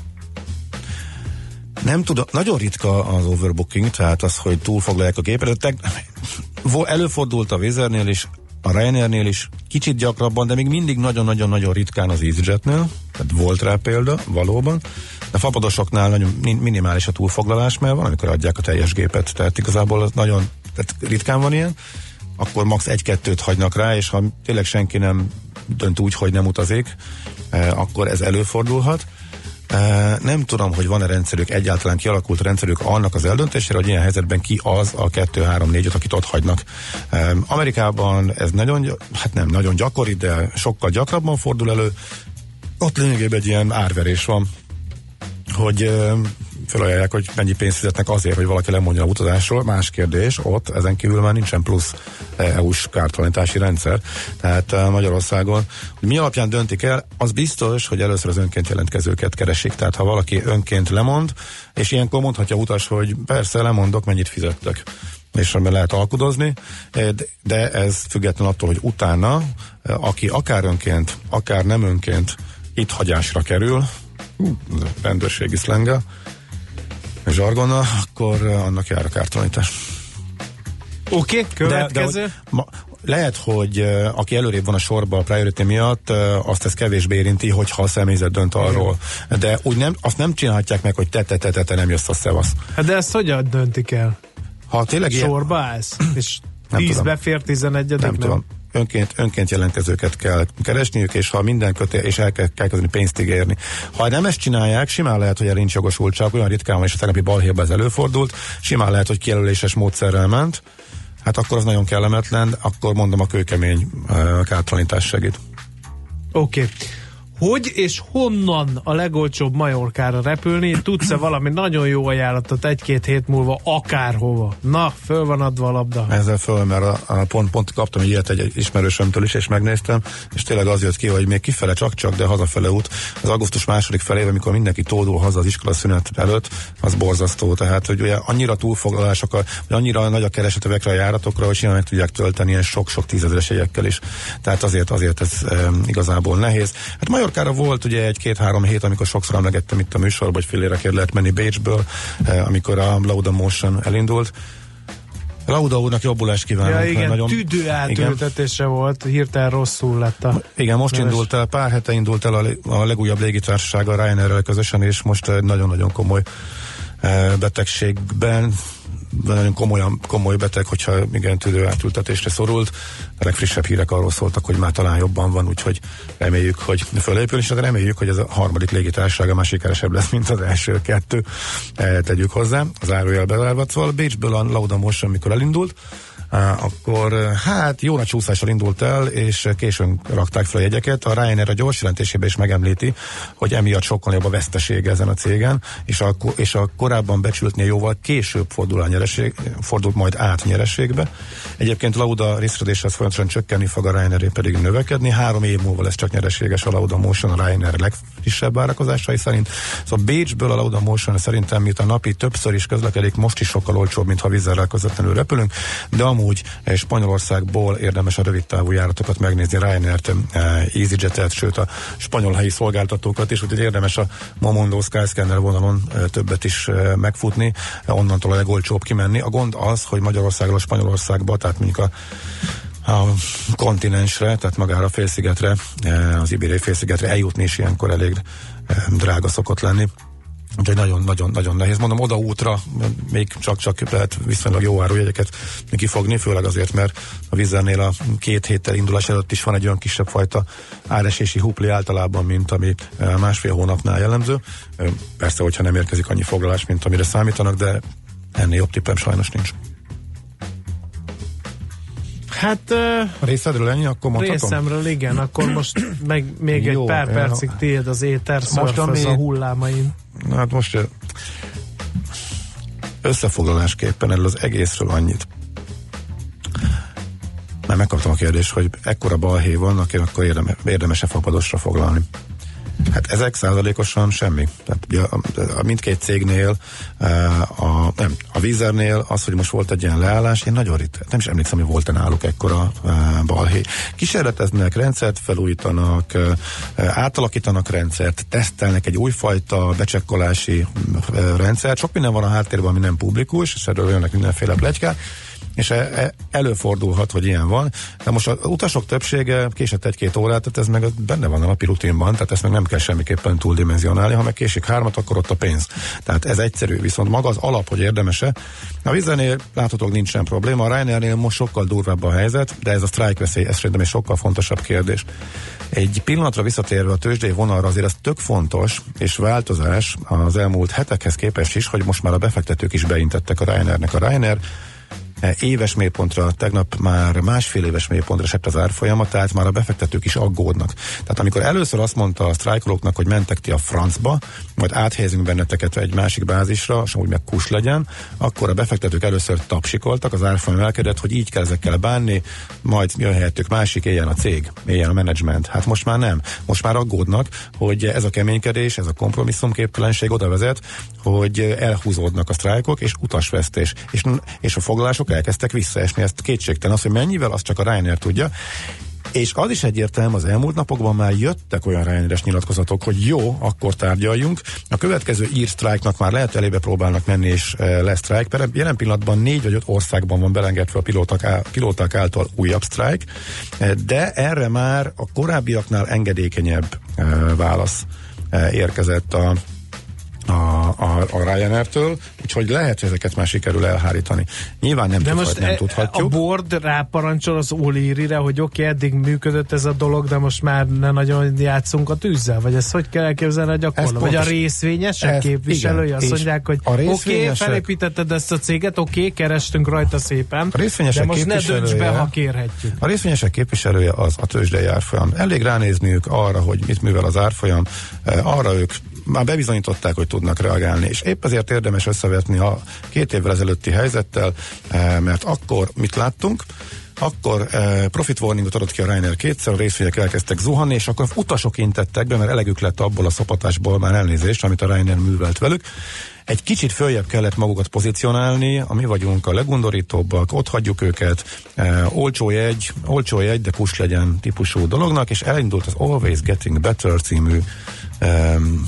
Nem tudom, nagyon ritka az overbooking, tehát az, hogy túlfoglalják a gépet. Előfordult a Wizzairnél is, a Ryanairnél is, kicsit gyakrabban, de még mindig nagyon-nagyon-nagyon ritkán az EasyJetnél, tehát volt rá példa, valóban, de fapadosoknál nagyon minimális a túlfoglalás, mert van, amikor adják a teljes gépet, tehát igazából az nagyon, tehát ritkán van ilyen, akkor max. egy-kettőt hagynak rá, és ha tényleg senki nem dönt úgy, hogy nem utazik, eh, akkor ez előfordulhat. Uh, nem tudom, hogy van-e rendszerük, egyáltalán kialakult rendszerük annak az eldöntésére, hogy ilyen helyzetben ki az a kettő három négy öt, akit ott hagynak. Uh, Amerikában ez nagyon, hát nem nagyon gyakori, de sokkal gyakrabban fordul elő. Ott lényegében egy ilyen árverés van, hogy uh, felajánlják, hogy mennyi pénzt fizetnek azért, hogy valaki lemondja a utazásról. Más kérdés, ott ezen kívül már nincsen plusz é u-s kártalanítási rendszer. Tehát uh, Magyarországon, hogy mi alapján döntik el, az biztos, hogy először az önként jelentkezőket keresik. Tehát ha valaki önként lemond, és ilyenkor mondhatja utas, hogy persze lemondok, mennyit fizettek. És ebben lehet alkudozni, de ez független attól, hogy utána, aki akár önként, akár nem önként itt hagyásra kerül, uh, rendőrségi szlenge, zsargonna, akkor annak jár a kártalanítás. Oké, okay, következő. De, de, ma, lehet, hogy uh, aki előrébb van a sorba a priority miatt, uh, azt ez kevésbé érinti, hogyha a személyzet dönt arról. De úgy nem, azt nem csinálhatják meg, hogy te, te, te, te, te nem jössz a szevasz. Hát de ezt hogyan döntik el? Ha tényleg sorba ilyen... állsz, és tíz befér, tizenegyedik nem, nem tudom. Önként, önként jelentkezőket kell keresniük, és ha minden kötél, és el kell, kell kezdeni pénzt ígérni. Ha nem ezt csinálják, simán lehet, hogy nincs jogosultság, olyan ritkán van, és a tegnapi balhében ez előfordult, simán lehet, hogy kijelöléses módszerrel ment, hát akkor az nagyon kellemetlen, akkor mondom a kőkemény uh, kártalanítás segít. Oké. Okay. Hogy és honnan a legolcsóbb Majorkára repülni? Tudsz-e valami nagyon jó ajánlatot egy-két hét múlva akárhova? Na, föl van adva a labda. Ezzel föl, mert a, a pont, pont kaptam egy ilyet egy ismerősömtől is, és megnéztem, és tényleg az jött ki, hogy még kifele csak-csak, de hazafele út. Az augusztus második feléve, amikor mindenki tódul haza az iskola szünet előtt, az borzasztó. Tehát, hogy ugye annyira túlfoglalások, vagy annyira nagy a kereset ezekre a járatokra, hogy simán meg tudják tölteni ilyen sok-sok tízezeres jegyekkel is. Tehát azért, azért ez e, igazából nehéz. Hát Majorkára volt ugye egy-két-három hét, amikor sokszor emlegettem itt a műsorban, hogy fillérekért lehet menni Bécsből, eh, amikor a Lauda Motion elindult. Lauda úrnak jobbulást kívánok. Ja, igen, nagyon... tüdő átültetése volt, hirtelen rosszul lett a... Igen, most neves. indult el, pár hete indult el a, a legújabb légitársaság a Ryanairrel közösen, és most egy nagyon-nagyon komoly eh, betegségben nagyon komolyan, komoly beteg, hogyha igen, tüdő átültetésre szorult. A legfrissebb hírek arról szóltak, hogy már talán jobban van, úgyhogy reméljük, hogy fölépül, és de reméljük, hogy ez a harmadik légitársasága már sikeresebb lesz, mint az első kettő. E, tegyük hozzá, az árójel bezárva. Szóval Bécsből a Lauda Motion, amikor elindult, Uh, akkor hát jó nagy csúszással indult el, és későn rakták fel a jegyeket. A Ryanair a gyors jelentésében is megemlíti, hogy emiatt sokkal jobb a vesztesége ezen a cégen, és a, és a korábban becsültnél jóval később fordul, a nyereség, fordul majd át nyereségbe. Egyébként Lauda részredése az folyamatosan csökkenni fog, a Ryanair pedig növekedni. Három év múlva lesz csak nyereséges a Lauda Motion a Ryanair legfrissebb várakozásai szerint. Szóval Bécsből a Lauda Motion szerintem, miután napi többször is közlekedik, most is sokkal olcsóbb, mint ha vízzel közvetlenül repülünk, de úgy Spanyolországból érdemes a rövidtávú járatokat megnézni, Ryanair-t, EasyJet-et, sőt a spanyol helyi szolgáltatókat is, úgyhogy érdemes a Momondo Skyscanner vonalon többet is megfutni, onnantól a legolcsóbb kimenni. A gond az, hogy Magyarországról Spanyolországba, tehát mondjuk a a kontinensre, tehát magára a félszigetre, az Ibériai félszigetre eljutni is ilyenkor elég drága szokott lenni. Úgyhogy nagyon-nagyon-nagyon nehéz. Mondom, oda útra még csak-csak lehet viszonylag jó árujegyeket kifogni, főleg azért, mert a Wizzernél a két héttel indulás előtt is van egy olyan kisebb fajta áresési hupli általában, mint ami másfél hónapnál jellemző. Persze, hogyha nem érkezik annyi foglalás, mint amire számítanak, de ennél jobb tippem sajnos nincs. Hát... Uh, a részedről ennyi, akkor mondhatom? Részemről igen, akkor most meg még jó, egy pár ja. percig tiéd az éter, szörföz a hullámain. Hát most összefoglalásképpen erről az egészről annyit. Már megkaptam a kérdést, hogy ekkora balhé van, akkor érdemes, érdemes-e fapadosra foglalni. Hát ezek százalékosan semmi. Tehát a, a mindkét cégnél, a, nem, a Wizzernél az, hogy most volt egy ilyen leállás, én nagyon ritkán, nem is emlékszem, hogy volt-e náluk ekkora balhé. Kísérleteznek, rendszert felújítanak, átalakítanak rendszert, tesztelnek egy újfajta becsekkolási rendszert. Sok minden van a háttérben, ami nem publikus, és erről jönnek mindenféle pletykák, és előfordulhat, hogy ilyen van. De most az utasok többsége késett egy-két órát, tehát ez meg benne van a napi rutinban, tehát ezt meg nem kell semmiképpen túldimenzionálni, ha meg késik hármat, akkor ott a pénz. Tehát ez egyszerű, viszont maga az alap, hogy érdemese. A Wizzernél láthatólag nincs sem probléma, a Ryanairnél most sokkal durvább a helyzet, de ez a sztrájk veszély, ez szerintem egy sokkal fontosabb kérdés. Egy pillanatra visszatérve a tőzsdei vonalra, azért ez tök fontos, és változás az elmúlt hetekhez képest is, hogy most már a befektetők is beintettek a Ryanairnek. A Ryanair éves mélypontra, tegnap már másfél éves mélypontra esett az árfolyama, tehát már a befektetők is aggódnak. Tehát amikor először azt mondta a sztrájkolóknak, hogy mentek ti a francba, majd áthelyezünk benneteket egy másik bázisra, és úgy meg kus legyen, akkor a befektetők először tapsikoltak, az árfolyam elkedett, hogy így kell ezekkel bánni, majd jön helyettük másik, éljen a cég, éljen a menedzsment. Hát most már nem. Most már aggódnak, hogy ez a keménykedés, ez a kompromisszumképtelenség oda vezet, hogy elhúzódnak a sztrájkok, és utasvesztés, és, és a foglalások elkezdtek visszaesni. Ezt kétségtelen, az, hogy mennyivel, az csak a Ryanair tudja. És az is egyértelmű, az elmúlt napokban már jöttek olyan Ryanair-es nyilatkozatok, hogy jó, akkor tárgyaljunk. A következő ír sztrájknak már lehet elébe próbálnak menni, és e, lesz sztrájk. Jelen pillanatban négy vagy öt országban van belengedve a pilóták, á, pilóták által újabb sztrájk, de erre már a korábbiaknál engedékenyebb e, válasz e, érkezett a A, a a Ryanair-től, úgyhogy lehet, hogy ezeket már sikerül elhárítani. Nyilván nem, de tudhat, most nem e, tudhatjuk. A board ráparancsol az O'Leary-re, hogy oké, okay, eddig működött ez a dolog, de most már ne nagyon játszunk a tűzzel, vagy ezt hogy kell elképzelni a gyakorlatban? Vagy a részvényesek ez, képviselői igen, azt mondják, hogy oké, okay, felépítetted ezt a céget, oké, okay, kerestünk rajta szépen, de most ne dönts be, ha kérhetjük. A részvényesek képviselője az a tőzsdei árfolyam. Elég ránézniük arra, hogy mit művel az árfolyam, arra ők már bebizonyították, hogy tudnak reagálni, és épp ezért érdemes összevetni a két évvel ezelőtti helyzettel, mert akkor mit láttunk? Akkor eh, profit warningot adott ki a Ryanair kétszer, a részvények elkezdtek zuhanni, és akkor utasok intettek be, mert elegük lett abból a szopatásból már elnézést, amit a Ryanair művelt velük. Egy kicsit följebb kellett magukat pozícionálni, a mi vagyunk a legundorítóbbak, ott hagyjuk őket, eh, olcsó jegy, olcsó jegy, de kus legyen típusú dolognak, és elindult az Always Getting Better című Um,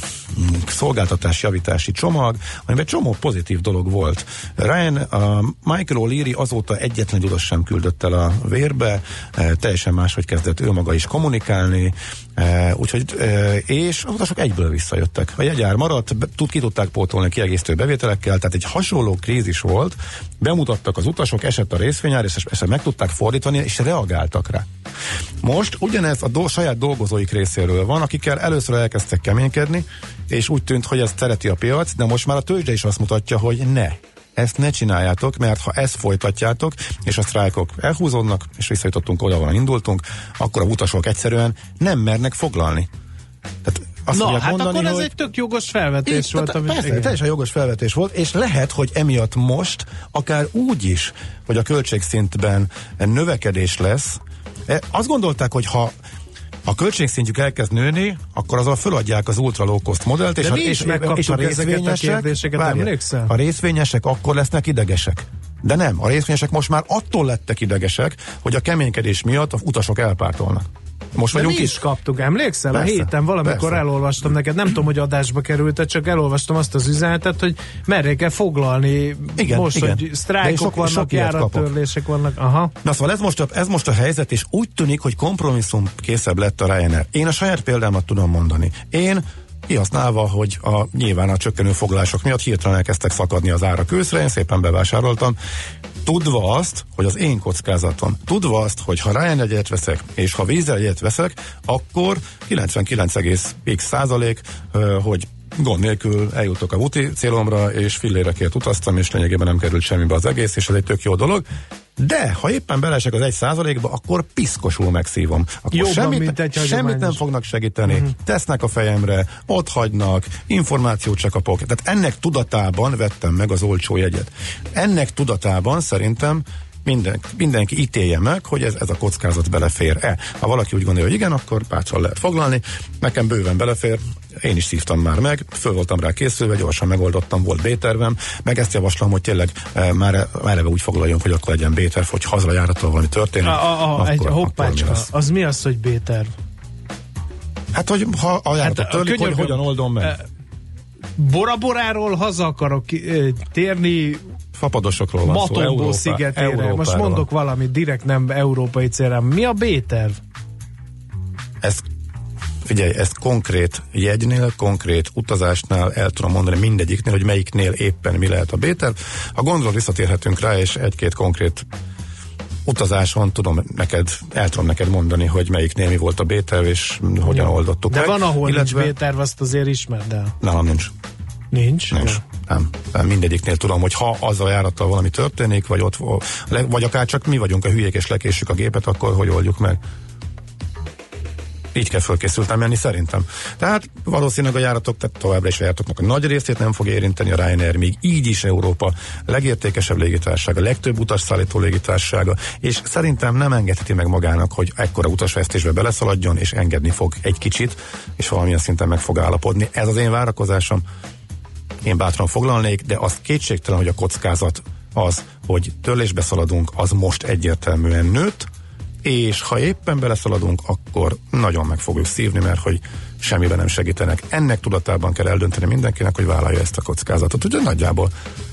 szolgáltatásjavítási csomag, amiben egy csomó pozitív dolog volt. Ryan, uh, Michael O'Leary azóta egyetlen utas sem küldött el a vérbe, uh, teljesen máshogy kezdett ő maga is kommunikálni, uh, úgyhogy, uh, és az utasok egyből visszajöttek. A jegyár maradt, be, tud, ki tudták pótolni kiegészítő bevételekkel, tehát egy hasonló krízis volt, bemutattak az utasok, esett a részvényár, és ezt meg tudták fordítani, és reagáltak rá. Most ugyanez a do- saját dolgozóik részéről van, akikkel először elkezdtek keménykedni, és úgy tűnt, hogy ezt szereti a piac, de most már a tőzsde is azt mutatja, hogy ne. Ezt ne csináljátok, mert ha ezt folytatjátok, és a sztrájkok elhúzódnak, és visszajutottunk oda, ahol indultunk, akkor a utasok egyszerűen nem mernek foglalni. Tehát azt Na, hát mondani, akkor ez hogy egy tök jogos felvetés így, volt. Tehát, amit, persze, igen. teljesen jogos felvetés volt, és lehet, hogy emiatt most, akár úgy is, hogy a költségszintben növekedés lesz, azt gondolták, hogy ha a költségszintjük elkezd nőni, akkor azzal föladják az ultra low cost modellt, és, de a, mi is és, megkaptuk és a részvényesek, emlékszel? a részvényesek akkor lesznek idegesek. De nem, a részvényesek most már attól lettek idegesek, hogy a keménykedés miatt a utasok elpártolnak. Most de vagyunk mi is. is kaptuk, emlékszel? Persze, a héten valamikor persze. elolvastam neked, nem tudom, hogy adásba került, csak elolvastam azt az üzenetet, hogy merre kell foglalni igen, most, igen. hogy sztrájkok sok, vannak, sok járattörlések vannak. Aha. Na szóval ez most, a, ez most a helyzet, és úgy tűnik, hogy kompromisszum készebb lett a Ryanair. Én a saját példámat tudom mondani. Én kihasználva, hogy a, nyilván a csökkenő foglalások miatt hirtelen elkezdtek szakadni az árak őszre, én szépen bevásároltam, tudva azt, hogy az én kockázatom, tudva azt, hogy ha Ryanair egyet veszek, és ha vízzel egyet veszek, akkor kilencvenkilenc egész x százalék, hogy gond nélkül eljutok a úti célomra, és fillérekért utaztam, és lényegében nem került semmibe az egész, és ez egy tök jó dolog. De, ha éppen beleesek az egy százalékba, akkor piszkosul megszívom. Akkor Jobban, semmit, semmit nem fognak segíteni. Uh-huh. Tesznek a fejemre, ott hagynak, információt csak kapok. Tehát ennek tudatában vettem meg az olcsó jegyet. Ennek tudatában szerintem minden, mindenki ítélje meg, hogy ez, ez a kockázat belefér-e. Ha valaki úgy gondolja, hogy igen, akkor bátran lehet foglalni. Nekem bőven belefér, én is szívtam már meg, föl voltam rá készülve, gyorsan megoldottam, volt B-tervem, meg ezt javaslom, hogy tényleg e, már, már úgy foglaljunk, hogy akkor legyen B-terv, hogy hazajárattal valami történik. A, a, a, akkor, egy hoppácska, akkor az mi az, hogy B-terv? Hát, hogy ha a járatot hát, törlik, hogy hogyan oldom meg. Bora-boráról haza akarok térni, Fapadosokról van szó. Matombó szigetére. Most mondok valamit, direkt nem európai célra. Mi a B-terv? Ez, figyelj, ezt konkrét jegynél, konkrét utazásnál el tudom mondani mindegyiknél, hogy melyiknél éppen mi lehet a B-terv. Ha gondolod, visszatérhetünk rá, és egy-két konkrét utazáson tudom neked, el tudom neked mondani, hogy melyiknél mi volt a B-terv, és hogyan Jó. oldottuk De meg. van, ahol illetve... nincs B-terv, azt azért ismerd el. Nálam nincs. Nincs? Nincs. Nem. nem. Mindegyiknél tudom, hogy ha azzal járattal valami történik, vagy ott, vagy akár csak mi vagyunk a hülyék, és lekéssük a gépet, akkor hogy oldjuk meg? Így kell fölkészültem menni szerintem. Tehát valószínűleg a járatok, tehát továbbra is a járatoknak a nagy részét nem fog érinteni a Ryanair, még így is Európa legértékesebb légitársasága, legtöbb utasszállító légitársasága, és szerintem nem engedheti meg magának, hogy ekkora utasvesztésbe beleszaladjon, és engedni fog egy kicsit, és valamilyen szinten meg fog állapodni. Ez az én várakozásom. Én bátran foglalnék, de az kétségtelen, hogy a kockázat az, hogy törlésbe szaladunk, az most egyértelműen nőtt, és ha éppen beleszaladunk, akkor nagyon meg fogjuk szívni, mert hogy semmiben nem segítenek. Ennek tudatában kell eldönteni mindenkinek, hogy vállalja ezt a kockázatot. Ugye nagyjából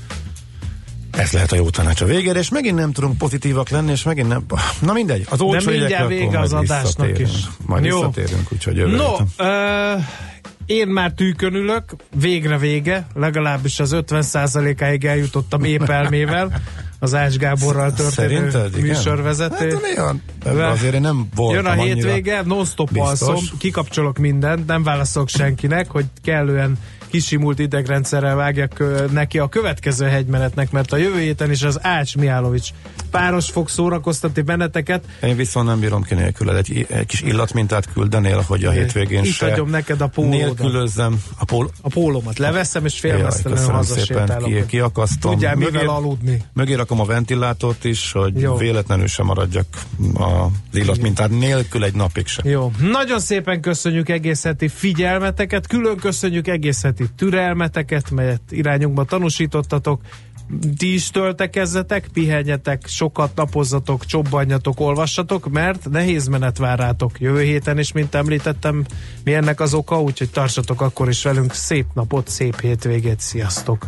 ez lehet a jó tanács a végére, és megint nem tudunk pozitívak lenni, és megint nem... Na mindegy, az olcsó jegyekre akkor vége az adásnak is. Majd Jó. visszatérünk, úgyhogy jövő No, héten. uh, én már tűkön ülök, végre vége, legalábbis az ötven százalékáig eljutottam épelmével, az Ács Gáborral történő műsorvezető. Hát, azért én nem voltam jön a annyira hétvége, non-stop alszom, kikapcsolok mindent, nem válaszolok senkinek, hogy kellően kisimult idegrendszerrel vágjak neki a következő hegymenetnek, mert a jövő héten is az Ács Mihálovics páros fog szórakoztatni benneteket. Én viszont nem bírom ki nélküled. Egy, egy kis illatmintát küldenél, hogy a hétvégén itt se adjam neked a pólódat. Nélkülözzem a, pól... a pólómat. Leveszem és félmeztelenül hazasétálok. Ki, kiakasztom. Tudjál mögé, mivel aludni. Mögé rakom a ventilátort is, hogy Jó. véletlenül sem maradjak az illatmintát nélkül egy napig sem. Jó. Nagyon szépen köszönjük egész heti figyelmeteket, külön köszönjük egész heti türelmeteket, melyet irányunkba tanúsítottatok. Ti is töltekezzetek, pihenjetek, sokat napozzatok, csobbanjatok, olvassatok, mert nehéz menet vár rátok jövő héten is, mint említettem, mi ennek az oka, úgyhogy tartsatok akkor is velünk. Szép napot, szép hétvégét, sziasztok!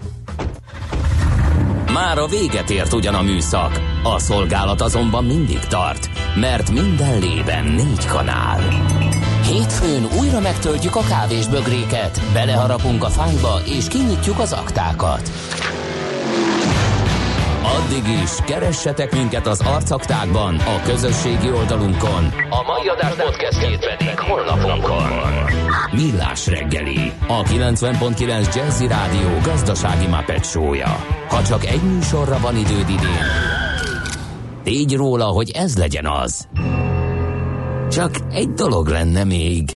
Már a véget ért ugyan a műszak, a szolgálat azonban mindig tart, mert minden lében négy kanál. Hétfőn újra megtöltjük a kávésbögréket, beleharapunk a fányba és kinyitjuk az aktákat. Addig is keressetek minket az arcaktákban, a közösségi oldalunkon. A mai adás podcastjét pedig honlapunkon. Millás reggeli, a kilencven pont kilenc Jazzy Rádió gazdasági Muppet show-ja. Ha csak egy műsorra van időd idén, tégy róla, hogy ez legyen az. Csak egy dolog lenne még.